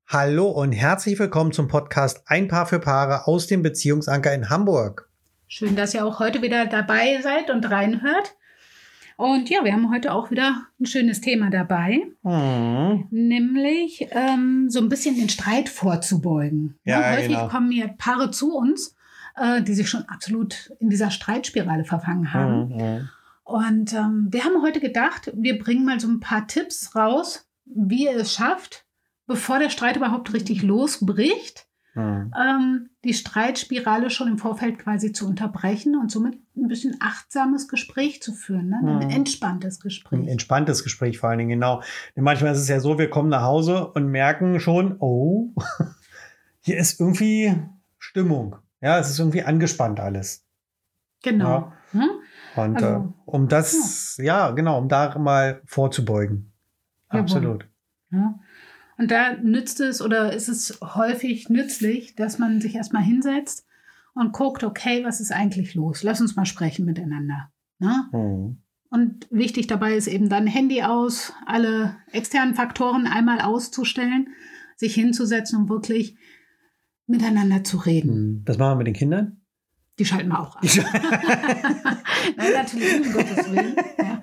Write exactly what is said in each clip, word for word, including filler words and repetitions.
Hallo und herzlich willkommen zum Podcast Ein Paar für Paare aus dem Beziehungsanker in Hamburg. Schön, dass ihr auch heute wieder dabei seid und reinhört. Und ja, wir haben heute auch wieder ein schönes Thema dabei, Mhm. nämlich ähm, so ein bisschen den Streit vorzubeugen. Ja, Ja, häufig genau. kommen hier Paare zu uns, äh, die sich schon absolut in dieser Streitspirale verfangen haben. Mhm. Und ähm, wir haben heute gedacht, wir bringen mal so ein paar Tipps raus, wie ihr es schafft, bevor der Streit überhaupt richtig losbricht, Mhm. ähm, die Streitspirale schon im Vorfeld quasi zu unterbrechen und somit ein bisschen achtsames Gespräch zu führen, ne? Ein Mhm. entspanntes Ein Gespräch. entspanntes Gespräch vor allen Dingen, genau. Denn manchmal ist es ja so, wir kommen nach Hause und merken schon, oh, hier ist irgendwie Stimmung. Ja, es ist irgendwie angespannt alles. Genau. Hm? Und Also, äh, um das, ja. genau, um da mal vorzubeugen. Jawohl. Absolut. Ja. Und da nützt es oder ist es häufig nützlich, dass man sich erstmal hinsetzt und guckt, okay, was ist eigentlich los? Lass uns mal sprechen miteinander. Ne? Mhm. Und wichtig dabei ist eben dann Handy aus, alle externen Faktoren einmal auszustellen, sich hinzusetzen und wirklich miteinander zu reden. Mhm. Das machen wir mit den Kindern? Die schalten wir auch an. Nein, natürlich nicht, um Gottes Willen. Ja.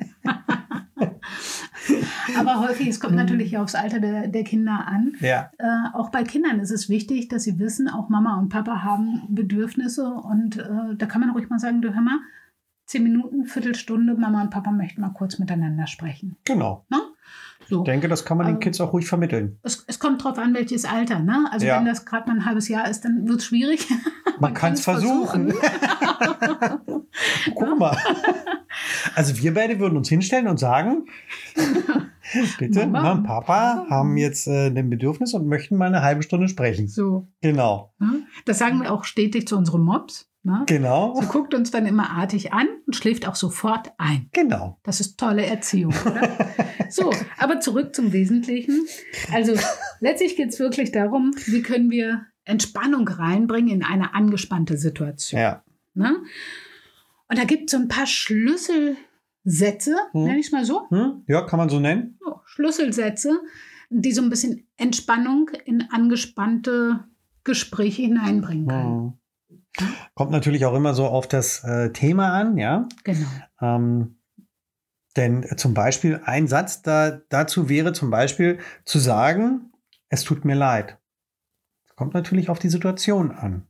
Aber häufig, es kommt natürlich aufs Alter der, der Kinder an. Ja. Äh, auch bei Kindern ist es wichtig, dass sie wissen, auch Mama und Papa haben Bedürfnisse. Und äh, da kann man ruhig mal sagen, du hör mal, zehn Minuten, Viertelstunde, Mama und Papa möchten mal kurz miteinander sprechen. Genau. Ne? So. Ich denke, das kann man den Ähm, Kids auch ruhig vermitteln. Es, es kommt drauf an, welches Alter. Ne? Also Ja. wenn das gerade mal ein halbes Jahr ist, dann wird es schwierig. Man kann es kann's versuchen. Guck mal. Also wir beide würden uns hinstellen und sagen, bitte, Mama, Mama und Papa Papa. haben jetzt äh, ein Bedürfnis und möchten mal eine halbe Stunde sprechen. So. Genau. Ne? Das sagen wir auch stetig zu unserem Mops. Ne? Genau. Sie guckt uns dann immer artig an und schläft auch sofort ein. Genau. Das ist tolle Erziehung, oder? So, aber zurück zum Wesentlichen. Also letztlich geht es wirklich darum, wie können wir Entspannung reinbringen in eine angespannte Situation. Ja. Ne? Und da gibt es so ein paar Schlüsselsätze, Hm. nenne ich es mal so. Hm? Ja, kann man so nennen. So, Schlüsselsätze, die so ein bisschen Entspannung in angespannte Gespräche hineinbringen können. Hm. Kommt natürlich auch immer so auf das äh, Thema an, ja. Genau. Ähm, denn äh, zum Beispiel ein Satz da, dazu wäre zum Beispiel zu sagen, es tut mir leid. Kommt natürlich auf die Situation an.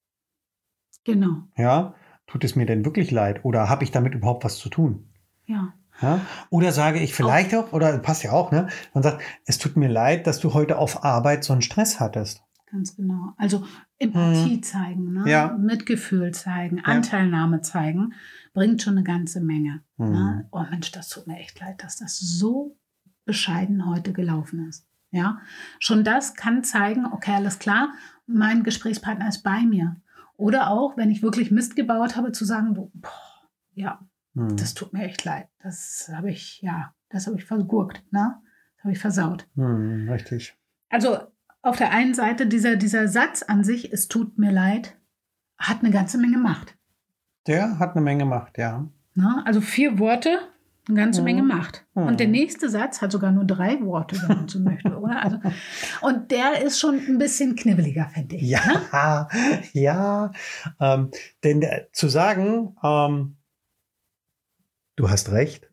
Genau. Ja, tut es mir denn wirklich leid? Oder habe ich damit überhaupt was zu tun? Ja. Ja? Oder sage ich vielleicht auch, oder passt ja auch, ne? Man sagt, es tut mir leid, dass du heute auf Arbeit so einen Stress hattest. Ganz genau. Also Empathie zeigen, ne? Ja. Mitgefühl zeigen, Anteilnahme zeigen, bringt schon eine ganze Menge. Mhm. Ne? Oh Mensch, das tut mir echt leid, dass das so bescheiden heute gelaufen ist. Ja? Schon das kann zeigen, okay, alles klar, mein Gesprächspartner ist bei mir. Oder auch, wenn ich wirklich Mist gebaut habe, zu sagen, du, boah, ja, Mhm. das tut mir echt leid. Das habe ich, ja, das habe ich vergurkt, ne? Das habe ich versaut. Mhm, richtig. Also auf der einen Seite dieser, dieser Satz an sich, es tut mir leid, hat eine ganze Menge Macht. Der hat eine Menge Macht, ja. Ne? Also vier Worte, eine ganze Mhm. Menge Macht. Mhm. Und der nächste Satz hat sogar nur drei Worte, wenn man so möchte, oder? Also, und der ist schon ein bisschen knibbeliger, finde ich. Ne? Ja, ja. Ähm, denn äh, zu sagen, ähm, du hast recht,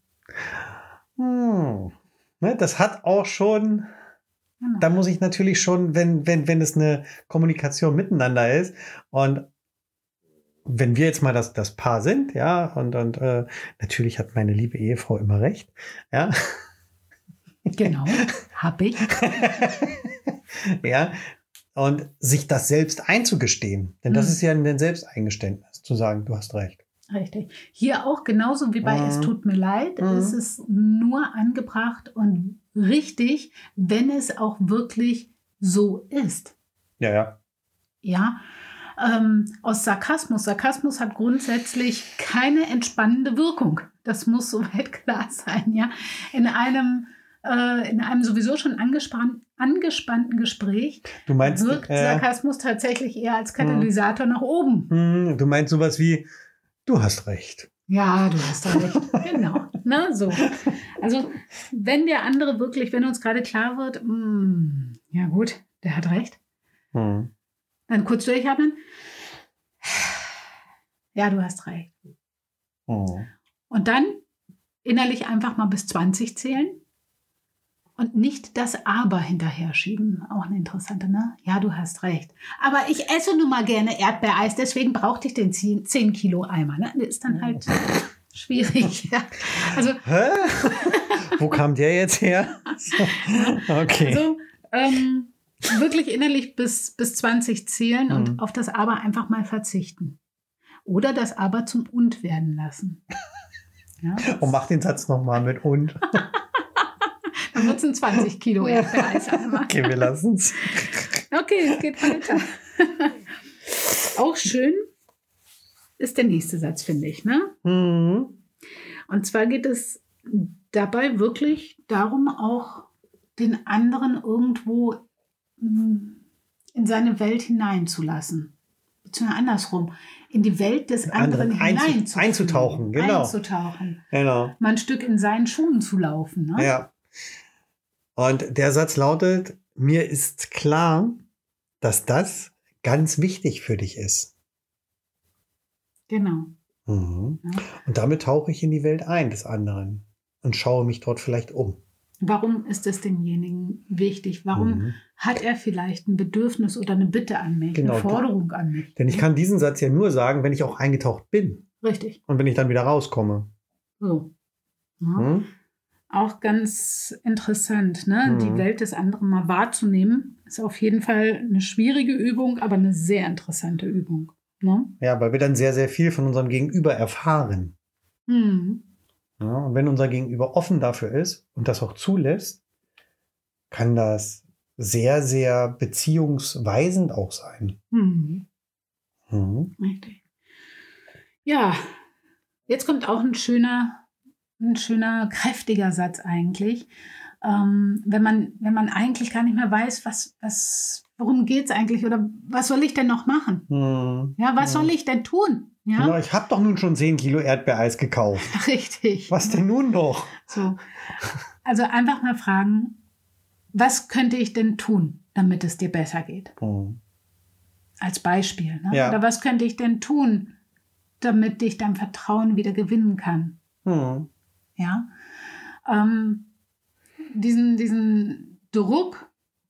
hm, ne, das hat auch schon, Genau. da muss ich natürlich schon, wenn, wenn, wenn es eine Kommunikation miteinander ist und wenn wir jetzt mal das, das Paar sind, ja, und, und äh, natürlich hat meine liebe Ehefrau immer recht, ja, Genau, habe ich. ja, und sich das selbst einzugestehen, denn das Mhm. ist ja ein Selbsteingeständnis, zu sagen, du hast recht. Richtig. Hier auch genauso wie bei Mhm. Es tut mir leid, Mhm. ist es nur angebracht und richtig, wenn es auch wirklich so ist. Ja, ja. Ja, ähm, aus Sarkasmus. Sarkasmus hat grundsätzlich keine entspannende Wirkung. Das muss soweit klar sein. Ja, in einem äh, in einem sowieso schon angespann angespannten Gespräch Du meinst, wirkt äh, Sarkasmus tatsächlich eher als Katalysator nach oben. hm, du meinst sowas wie, du hast recht. Ja, du hast recht. Genau. Na, so. Also, wenn der andere wirklich, wenn uns gerade klar wird, mm, Ja gut, der hat recht. Hm. Dann kurz durchatmen. Ja, du hast recht. Hm. Und dann innerlich einfach mal bis zwanzig zählen und nicht das Aber hinterher schieben. Auch eine interessante, ne? Ja, du hast recht. Aber ich esse nun mal gerne Erdbeereis, deswegen brauchte ich den zehn Kilo Eimer. Ne? Das ist dann halt schwierig. Ja. Also, Hä? Wo kam der jetzt her? Okay. Also, ähm, wirklich innerlich bis, bis zwanzig zählen und Mhm. auf das Aber einfach mal verzichten. Oder das Aber zum Und werden lassen. Ja, Und mach den Satz nochmal mit und. dann wird es ein zwanzig Kilo Erdbeereis einmal. Okay, wir lassen es. Okay, es geht weiter. Auch schön ist der nächste Satz, finde ich. Ne? Mhm. Und zwar geht es dabei wirklich darum, auch den anderen irgendwo mh, in seine Welt hineinzulassen. Beziehungsweise andersrum, in die Welt des anderen, Anderen einzu- hineinzufühlen. einzutauchen, genau. Einzutauchen. Genau. Mal ein Stück in seinen Schuhen zu laufen. Ne? Ja. Und der Satz lautet: Mir ist klar, dass das ganz wichtig für dich ist. Genau. Mhm. Ja. Und damit tauche ich in die Welt ein des anderen und schaue mich dort vielleicht um. Warum ist es demjenigen wichtig? Warum Mhm. hat er vielleicht ein Bedürfnis oder eine Bitte an mich, Genau. eine Forderung an mich? Denn ich kann diesen Satz ja nur sagen, wenn ich auch eingetaucht bin Richtig. und wenn ich dann wieder rauskomme. So. Ja. Mhm. Auch ganz interessant, ne? Mhm. Die Welt des anderen mal wahrzunehmen, ist auf jeden Fall eine schwierige Übung, aber eine sehr interessante Übung. Ne? Ja, weil wir dann sehr, sehr viel von unserem Gegenüber erfahren. Hm. Ja, und wenn unser Gegenüber offen dafür ist und das auch zulässt, kann das sehr, sehr beziehungsweisend auch sein. Hm. Mhm. Richtig. Ja, jetzt kommt auch ein schöner, ein schöner, kräftiger Satz eigentlich. Ähm, wenn man, wenn man eigentlich gar nicht mehr weiß, was, was, worum geht es eigentlich oder was soll ich denn noch machen? Mhm. Ja, was Ja. soll ich denn tun? Ja, Genau, ich habe doch nun schon zehn Kilo Erdbeereis gekauft. richtig. Was denn nun noch? So. Also einfach mal fragen, was könnte ich denn tun, damit es dir besser geht? Mhm. Als Beispiel. Ne? Ja. Oder was könnte ich denn tun, damit ich dein Vertrauen wieder gewinnen kann? Mhm. Ja. Ähm, diesen, diesen Druck,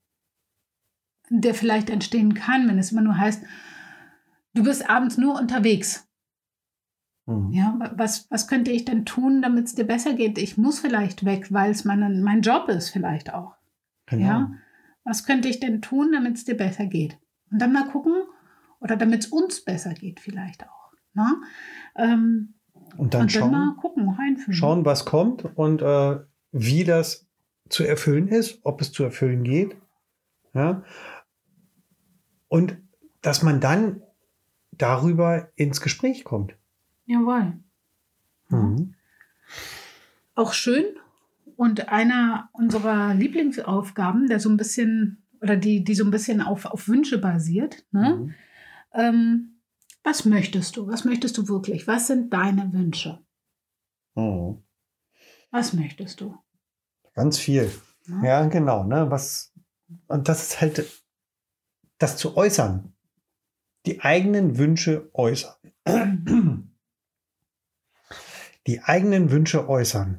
der vielleicht entstehen kann, wenn es immer nur heißt, du bist abends nur unterwegs. Mhm. Ja, was, was könnte ich denn tun, damit es dir besser geht? Ich muss vielleicht weg, weil es mein, mein Job ist vielleicht auch. Genau. Ja, was könnte ich denn tun, damit es dir besser geht? Und dann mal gucken, oder damit es uns besser geht vielleicht auch. Ne? Ähm, Und dann, und dann schauen, mal gucken, reinfühlen. schauen, was kommt und äh, wie das zu erfüllen ist, ob es zu erfüllen geht. Ja? Und dass man dann darüber ins Gespräch kommt. Jawohl. Mhm. Auch schön. Und einer unserer Lieblingsaufgaben, der so ein bisschen, oder die, die so ein bisschen auf, auf Wünsche basiert, ne? Mhm. Ähm, was möchtest du? Was möchtest du wirklich? Was sind deine Wünsche? Mhm. Was möchtest du? Ganz viel. Ne? Ja, genau. Ne? Was, und das ist halt das zu äußern. Die eigenen Wünsche äußern. Die eigenen Wünsche äußern.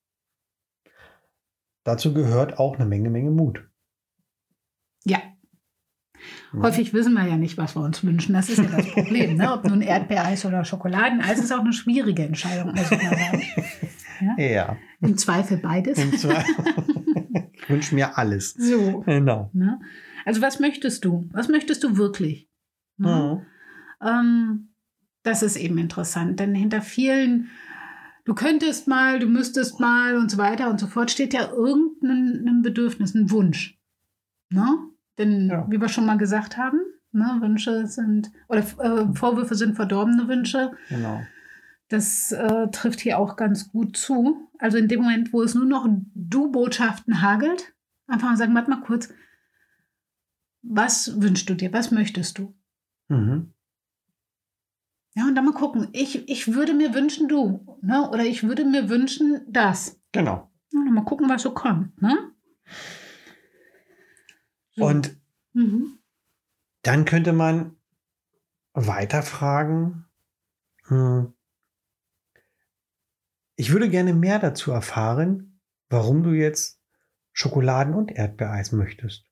Dazu gehört auch eine Menge, Menge Mut. Ja. Mhm. Häufig wissen wir ja nicht, was wir uns wünschen. Das ist ja das Problem. Ne? Ob nun Erdbeereis oder Schokoladeneis, ist auch eine schwierige Entscheidung, muss ich mal sagen. Ja? Ja. Im Zweifel beides. Und zwar, ich wünsche mir alles. So. Genau. Ne? Also was möchtest du? Was möchtest du wirklich? Ne? Mhm. Ähm, das ist eben interessant, denn hinter vielen, du könntest mal, du müsstest mal und so weiter und so fort, steht ja irgendein ein Bedürfnis, ein Wunsch. Ne? Denn Ja. wie wir schon mal gesagt haben, ne, Wünsche sind, oder äh, Vorwürfe sind verdorbene Wünsche. Genau. Das äh, trifft hier auch ganz gut zu. Also in dem Moment, wo es nur noch Du-Botschaften hagelt, einfach mal sagen, warte mal kurz, was wünschst du dir, was möchtest du? Mhm. Ja, und dann mal gucken, ich, ich würde mir wünschen, du, ne? Oder ich würde mir wünschen, das. Genau. Ja, dann mal gucken, was so kommt. Ne? So. Und Mhm. dann könnte man weiter fragen, hm, ich würde gerne mehr dazu erfahren, warum du jetzt Schokoladen- und Erdbeereis möchtest.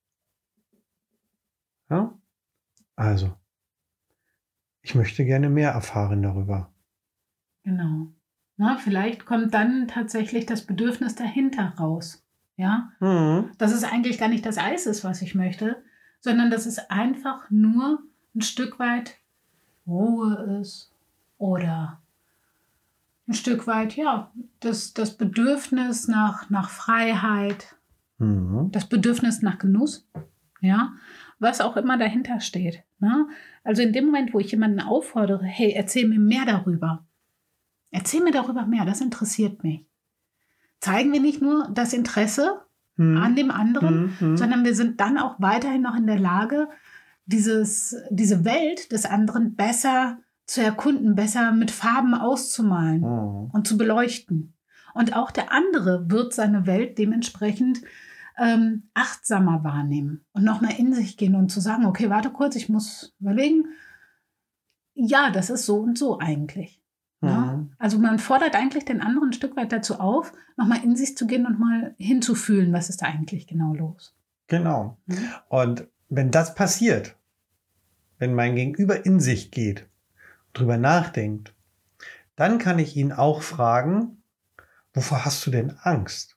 Ja? Also, ich möchte gerne mehr erfahren darüber. Genau. Na, vielleicht kommt dann tatsächlich das Bedürfnis dahinter raus. Ja, Mhm. dass es eigentlich gar nicht das Eis ist, was ich möchte, sondern dass es einfach nur ein Stück weit Ruhe ist oder ein Stück weit, ja, das, das Bedürfnis nach, nach Freiheit, Mhm. das Bedürfnis nach Genuss, ja, was auch immer dahinter steht. Ne? Also in dem Moment, wo ich jemanden auffordere, hey, erzähl mir mehr darüber, erzähl mir darüber mehr, das interessiert mich. Zeigen wir nicht nur das Interesse Mhm. an dem anderen, Mhm. sondern wir sind dann auch weiterhin noch in der Lage, dieses, diese Welt des anderen besser zu erkunden, besser mit Farben auszumalen Mhm. und zu beleuchten. Und auch der andere wird seine Welt dementsprechend ähm, achtsamer wahrnehmen und nochmal in sich gehen und zu sagen, okay, warte kurz, ich muss überlegen, ja, das ist so und so eigentlich. Ne? Mhm. Also man fordert eigentlich den anderen ein Stück weit dazu auf, nochmal in sich zu gehen und mal hinzufühlen, was ist da eigentlich genau los. Genau. Mhm. Und wenn das passiert, wenn mein Gegenüber in sich geht, drüber nachdenkt, dann kann ich ihn auch fragen, wovor hast du denn Angst?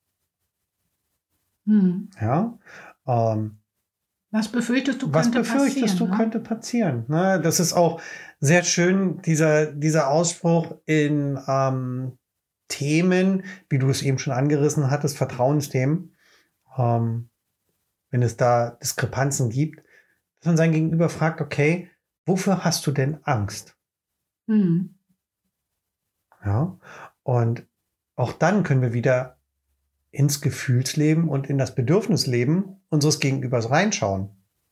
Mhm. Ja. Ähm, Was befürchtest du, was könnte befürchtest passieren, du, ne? könnte passieren? Ne? Das ist auch sehr schön, dieser, dieser Ausspruch in ähm, Themen, wie du es eben schon angerissen hattest, Vertrauensthemen, ähm, wenn es da Diskrepanzen gibt, dass man sein Gegenüber fragt, okay, wofür hast du denn Angst? Mhm. Ja. Und auch dann können wir wieder ins Gefühlsleben und in das Bedürfnisleben unseres Gegenübers reinschauen.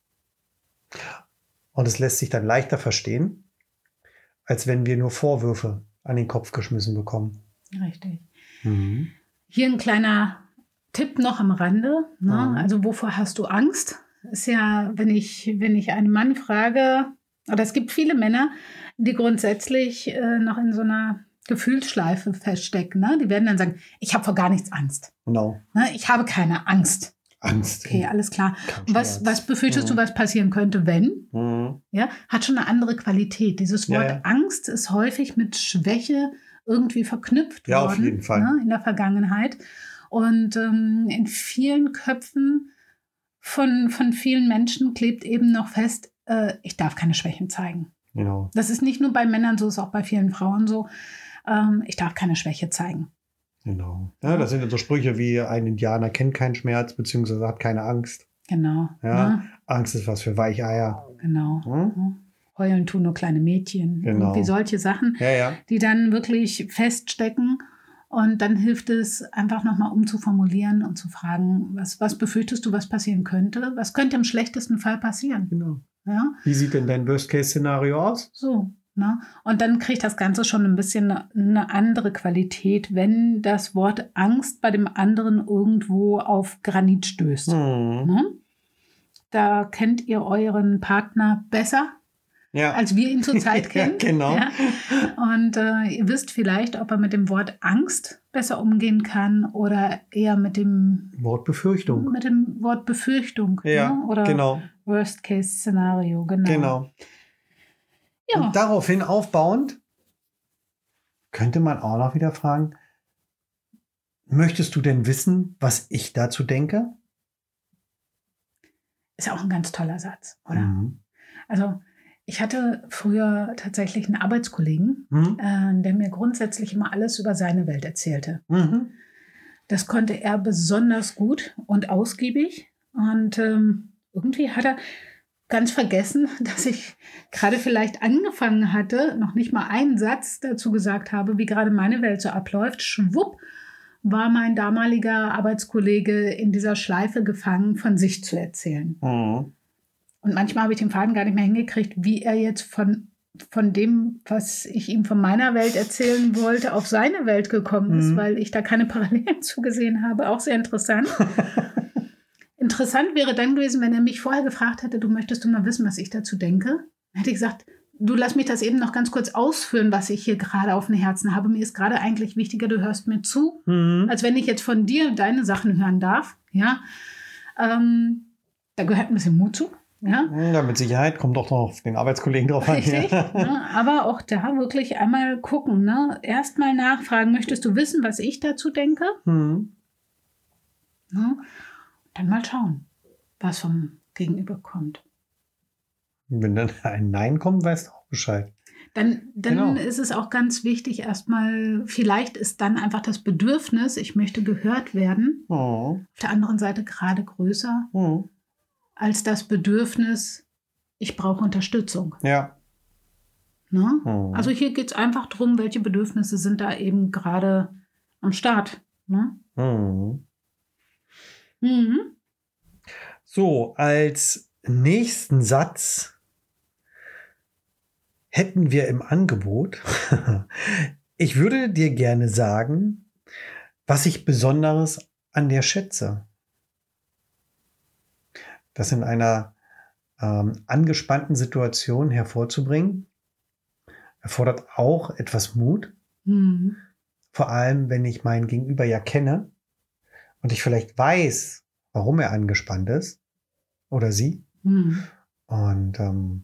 Und es lässt sich dann leichter verstehen, als wenn wir nur Vorwürfe an den Kopf geschmissen bekommen. Richtig. Mhm. Hier ein kleiner Tipp noch am Rande. Ne? Mhm. Also wovor hast du Angst? Ist ja, wenn ich, wenn ich einen Mann frage, oder es gibt viele Männer, die grundsätzlich äh, noch in so einer Gefühlsschleife feststecken. Ne? Die werden dann sagen, ich habe vor gar nichts Angst. Genau. Ne? Ich habe keine Angst. Angst. Okay, alles klar. Kein Und was, Schmerz. was befürchtest Mhm. du, was passieren könnte, wenn? Mhm. Ja, hat schon eine andere Qualität. Dieses Ja, Wort ja. Angst ist häufig mit Schwäche irgendwie verknüpft Ja, worden, auf jeden Fall. ne, in der Vergangenheit. Und ähm, in vielen Köpfen von, von vielen Menschen klebt eben noch fest, äh, ich darf keine Schwächen zeigen. Genau. Das ist nicht nur bei Männern so, ist auch bei vielen Frauen so. Ähm, ich darf keine Schwäche zeigen. Genau. Ja, das sind dann so Sprüche wie ein Indianer kennt keinen Schmerz, beziehungsweise hat keine Angst. Genau. Ja. Ne? Angst ist was für Weicheier. Genau. Hm? Ne? Heulen tun nur kleine Mädchen. Genau. Irgendwie solche Sachen, Ja, ja. die dann wirklich feststecken. Und dann hilft es einfach nochmal umzuformulieren und zu fragen, was, was befürchtest du, was passieren könnte? Was könnte im schlechtesten Fall passieren? Genau. Ja, Wie sieht denn dein Worst-Case-Szenario aus? so. Ne? Und dann kriegt das Ganze schon ein bisschen eine andere Qualität, wenn das Wort Angst bei dem anderen irgendwo auf Granit stößt. Hm. Ne? Da kennt ihr euren Partner besser, Ja. als wir ihn zurzeit kennen. Ja, genau. Ja? Und äh, ihr wisst vielleicht, ob er mit dem Wort Angst besser umgehen kann oder eher mit dem, Wort Befürchtung. mit dem Wort Befürchtung. Ja, ne? Oder genau. Worst-Case-Szenario. Genau. Genau. Ja. Und daraufhin aufbauend könnte man auch noch wieder fragen, möchtest du denn wissen, was ich dazu denke? Ist ja auch ein ganz toller Satz, oder? Mhm. Also ich hatte früher tatsächlich einen Arbeitskollegen, Mhm. äh, der mir grundsätzlich immer alles über seine Welt erzählte. Mhm. Das konnte er besonders gut und ausgiebig. Und ähm, irgendwie hat er ganz vergessen, dass ich gerade vielleicht angefangen hatte, noch nicht mal einen Satz dazu gesagt habe, wie gerade meine Welt so abläuft. Schwupp war mein damaliger Arbeitskollege in dieser Schleife gefangen, von sich zu erzählen. Mhm. Und manchmal habe ich den Faden gar nicht mehr hingekriegt, wie er jetzt von, von dem, was ich ihm von meiner Welt erzählen wollte, auf seine Welt gekommen ist, Mhm. weil ich da keine Parallelen zugesehen habe. Auch sehr interessant. In Interessant wäre dann gewesen, wenn er mich vorher gefragt hätte, du möchtest du mal wissen, was ich dazu denke? Dann hätte ich gesagt, du lass mich das eben noch ganz kurz ausführen, was ich hier gerade auf dem Herzen habe. Mir ist gerade eigentlich wichtiger, du hörst mir zu, Mhm. als wenn ich jetzt von dir deine Sachen hören darf. Ja, ähm, da gehört ein bisschen Mut zu. Ja, Ja, mit Sicherheit kommt doch noch auf den Arbeitskollegen drauf an. richtig. Ja. Ne? Aber auch da wirklich einmal gucken. Ne? Erstmal nachfragen, möchtest du wissen, was ich dazu denke? Mhm. Ne? Dann mal schauen, was vom Gegenüber kommt. Wenn dann ein Nein kommt, weißt du auch Bescheid. Dann, dann Genau. ist es auch ganz wichtig, erstmal, vielleicht ist dann einfach das Bedürfnis, ich möchte gehört werden, Oh. auf der anderen Seite gerade größer Mhm. als das Bedürfnis, ich brauche Unterstützung. Ja. Ne? Mhm. Also hier geht es einfach darum, welche Bedürfnisse sind da eben gerade am Start. Ne? Mhm. Mhm. So, als nächsten Satz hätten wir im Angebot, ich würde dir gerne sagen, was ich Besonderes an dir schätze. Das in einer ähm, angespannten Situation hervorzubringen, erfordert auch etwas Mut. Mhm. Vor allem, wenn ich meinen Gegenüber ja kenne und ich vielleicht weiß, warum er angespannt ist oder sie. Mhm. Und ähm,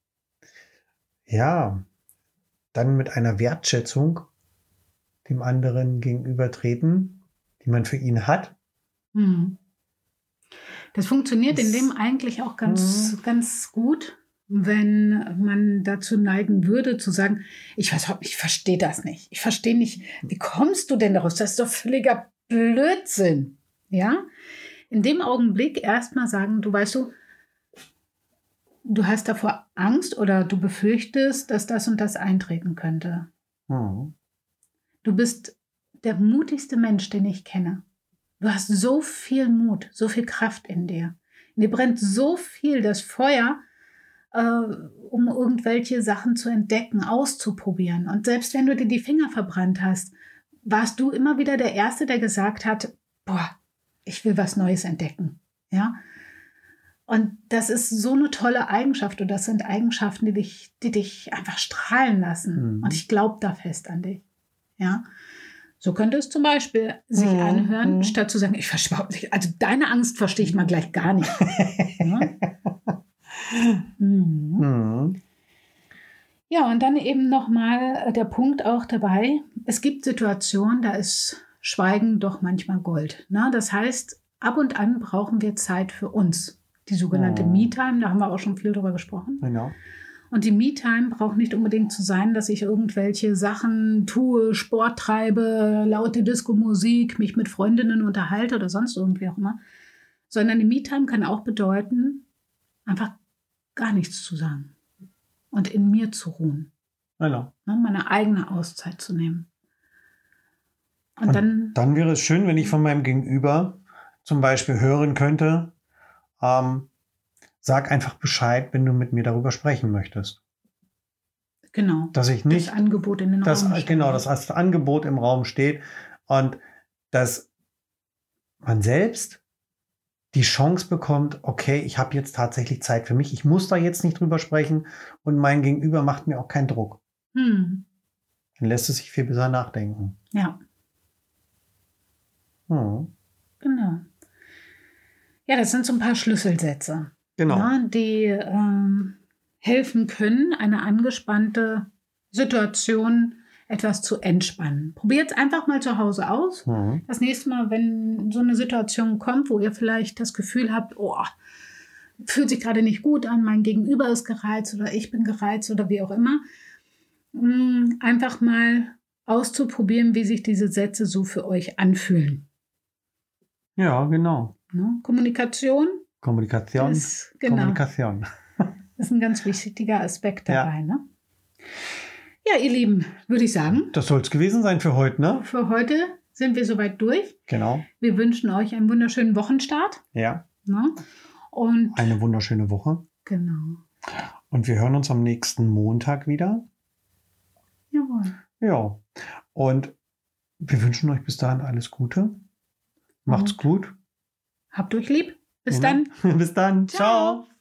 ja, dann mit einer Wertschätzung dem anderen gegenübertreten, die man für ihn hat. Mhm. Das funktioniert Das- in dem eigentlich auch ganz, Mhm. ganz gut, wenn man dazu neigen würde, zu sagen, ich weiß, ich verstehe das nicht. Ich verstehe nicht, wie kommst du denn daraus? Das ist doch völliger Blödsinn. Ja? In dem Augenblick erstmal sagen, du weißt du, du hast davor Angst oder du befürchtest, dass das und das eintreten könnte. Mhm. Du bist der mutigste Mensch, den ich kenne. Du hast so viel Mut, so viel Kraft in dir. In dir brennt so viel das Feuer, äh, um irgendwelche Sachen zu entdecken, auszuprobieren. Und selbst wenn du dir die Finger verbrannt hast, warst du immer wieder der Erste, der gesagt hat, boah, ich will was Neues entdecken. Ja? Und das ist so eine tolle Eigenschaft und das sind Eigenschaften, die dich, die dich einfach strahlen lassen. Mhm. Und ich glaube da fest an dich. Ja? So könnte es zum Beispiel sich Mhm. anhören, Mhm. statt zu sagen, ich verstehe überhaupt nicht. Also deine Angst verstehe ich mal gleich gar nicht. Ja? Mhm. Mhm. Ja, und dann eben nochmal der Punkt auch dabei, es gibt Situationen, da ist Schweigen doch manchmal Gold. Ne? Das heißt, ab und an brauchen wir Zeit für uns. Die sogenannte Mhm. Me-Time, da haben wir auch schon viel drüber gesprochen. Genau. Und die Me-Time braucht nicht unbedingt zu sein, dass ich irgendwelche Sachen tue, Sport treibe, laute Disco-Musik, mich mit Freundinnen unterhalte oder sonst irgendwie auch immer. Sondern die Me-Time kann auch bedeuten, einfach gar nichts zu sagen und in mir zu ruhen, Genau. ne, meine eigene Auszeit zu nehmen. Und, Und dann, Dann wäre es schön, wenn ich von meinem Gegenüber zum Beispiel hören könnte, ähm, sag einfach Bescheid, wenn du mit mir darüber sprechen möchtest. genau, Dass ich nicht das Angebot in den das, Raum stellen. genau, dass das Angebot im Raum steht und dass man selbst die Chance bekommt, okay, ich habe jetzt tatsächlich Zeit für mich, ich muss da jetzt nicht drüber sprechen und mein Gegenüber macht mir auch keinen Druck. Hm, Dann lässt es sich viel besser nachdenken. ja, Hm. genau. Ja, das sind so ein paar Schlüsselsätze. Genau. Na, die ähm, helfen können, eine angespannte Situation etwas zu entspannen. Probiert es einfach mal zu Hause aus. Hm. Das nächste Mal, wenn so eine Situation kommt, wo ihr vielleicht das Gefühl habt, oh, fühlt sich gerade nicht gut an, mein Gegenüber ist gereizt oder ich bin gereizt oder wie auch immer, mh, einfach mal auszuprobieren, wie sich diese Sätze so für euch anfühlen. Ja, genau. Ne? Kommunikation Kommunikation. ist, genau, Kommunikation. ist ein ganz wichtiger Aspekt Ja. dabei. Ne? Ja, ihr Lieben, würde ich sagen, Das soll es gewesen sein für heute, ne? für heute sind wir soweit durch. Genau. Wir wünschen euch einen wunderschönen Wochenstart. Ja. Ne? Und Eine wunderschöne Woche. genau. Und wir hören uns am nächsten Montag wieder. Jawohl. Ja. Und wir wünschen euch bis dahin alles Gute. Macht's Und gut. habt euch lieb. Bis Genau. dann. Bis dann. Ciao. Ciao.